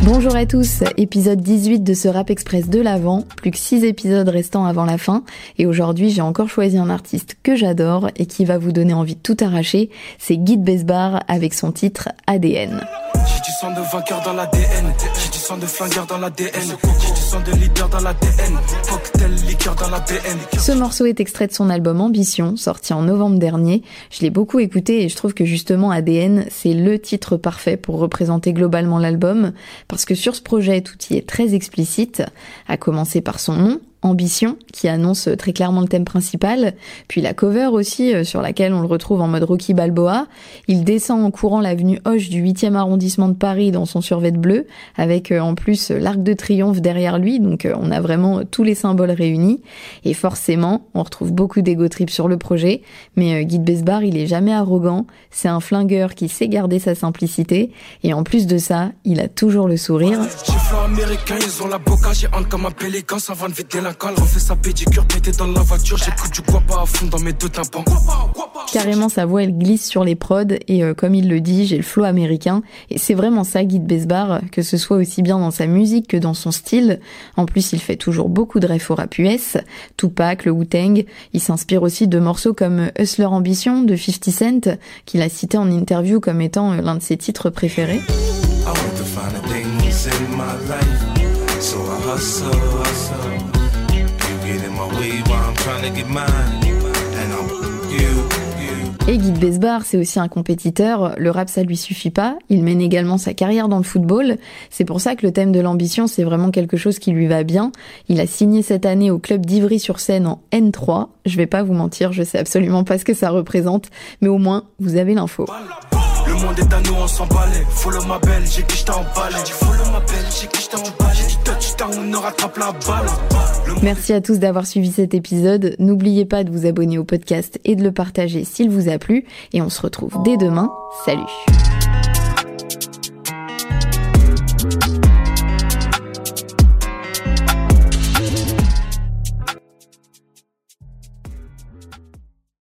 Bonjour à tous, épisode 18 de ce Rap Express de l'Avent, plus que 6 épisodes restants avant la fin, et aujourd'hui j'ai encore choisi un artiste que j'adore et qui va vous donner envie de tout arracher, c'est Guy de Besbar avec son titre ADN. J'ai du sang de vainqueur dans l'ADN, j'ai du sang de flingueur dans l'ADN, j'ai du sang de leader dans l'ADN, cocktail liqueur dans l'ADN. Ce morceau est extrait de son album Ambition, sorti en novembre dernier. Je l'ai beaucoup écouté et je trouve que justement ADN, c'est le titre parfait pour représenter globalement l'album, parce que sur ce projet, tout y est très explicite, à commencer par son nom, Ambition, qui annonce très clairement le thème principal, puis la cover aussi, sur laquelle on le retrouve en mode Rocky Balboa. Il descend en courant l'avenue Hoche du 8e arrondissement de Paris dans son survêt bleu, avec en plus l'Arc de Triomphe derrière lui, donc on a vraiment tous les symboles réunis. Et forcément, on retrouve beaucoup d'ego trip sur le projet, mais Guy de Besbar, il est jamais arrogant, c'est un flingueur qui sait garder sa simplicité, et en plus de ça, il a toujours le sourire. J'ai fait américain, ils ont la boca, j'ai honte comme un pélican, ça va vider la colle, refait sa pédicure, pété dans la voiture, j'écoute du guapa à fond dans mes deux tympans. Carrément, sa voix, elle glisse sur les prods, et comme il le dit, j'ai le flow américain, et c'est vraiment ça, Guy de Besbar, que ce soit aussi bien dans sa musique que dans son style. En plus, il fait toujours beaucoup de refs au rap US, Tupac, le Wu-Tang, il s'inspire aussi de morceaux comme Hustler Ambition de 50 Cent, qu'il a cité en interview comme étant l'un de ses titres préférés. Et Guy de Besbar, c'est aussi un compétiteur, le rap ça lui suffit pas, il mène également sa carrière dans le football, c'est pour ça que le thème de l'ambition c'est vraiment quelque chose qui lui va bien. Il a signé cette année au club d'Ivry-sur-Seine en N3, je vais pas vous mentir, je sais absolument pas ce que ça représente, mais au moins vous avez l'info. Le monde est à nous, on s'en balait. Follow ma belle, j'ai qui j't'ai emballé. Dis follow ma belle, j'ai qui j't'ai emballé. Dis touchdown, on ne rattrape la balle. Merci à tous d'avoir suivi cet épisode. N'oubliez pas de vous abonner au podcast et de le partager s'il vous a plu. Et on se retrouve dès demain. Salut!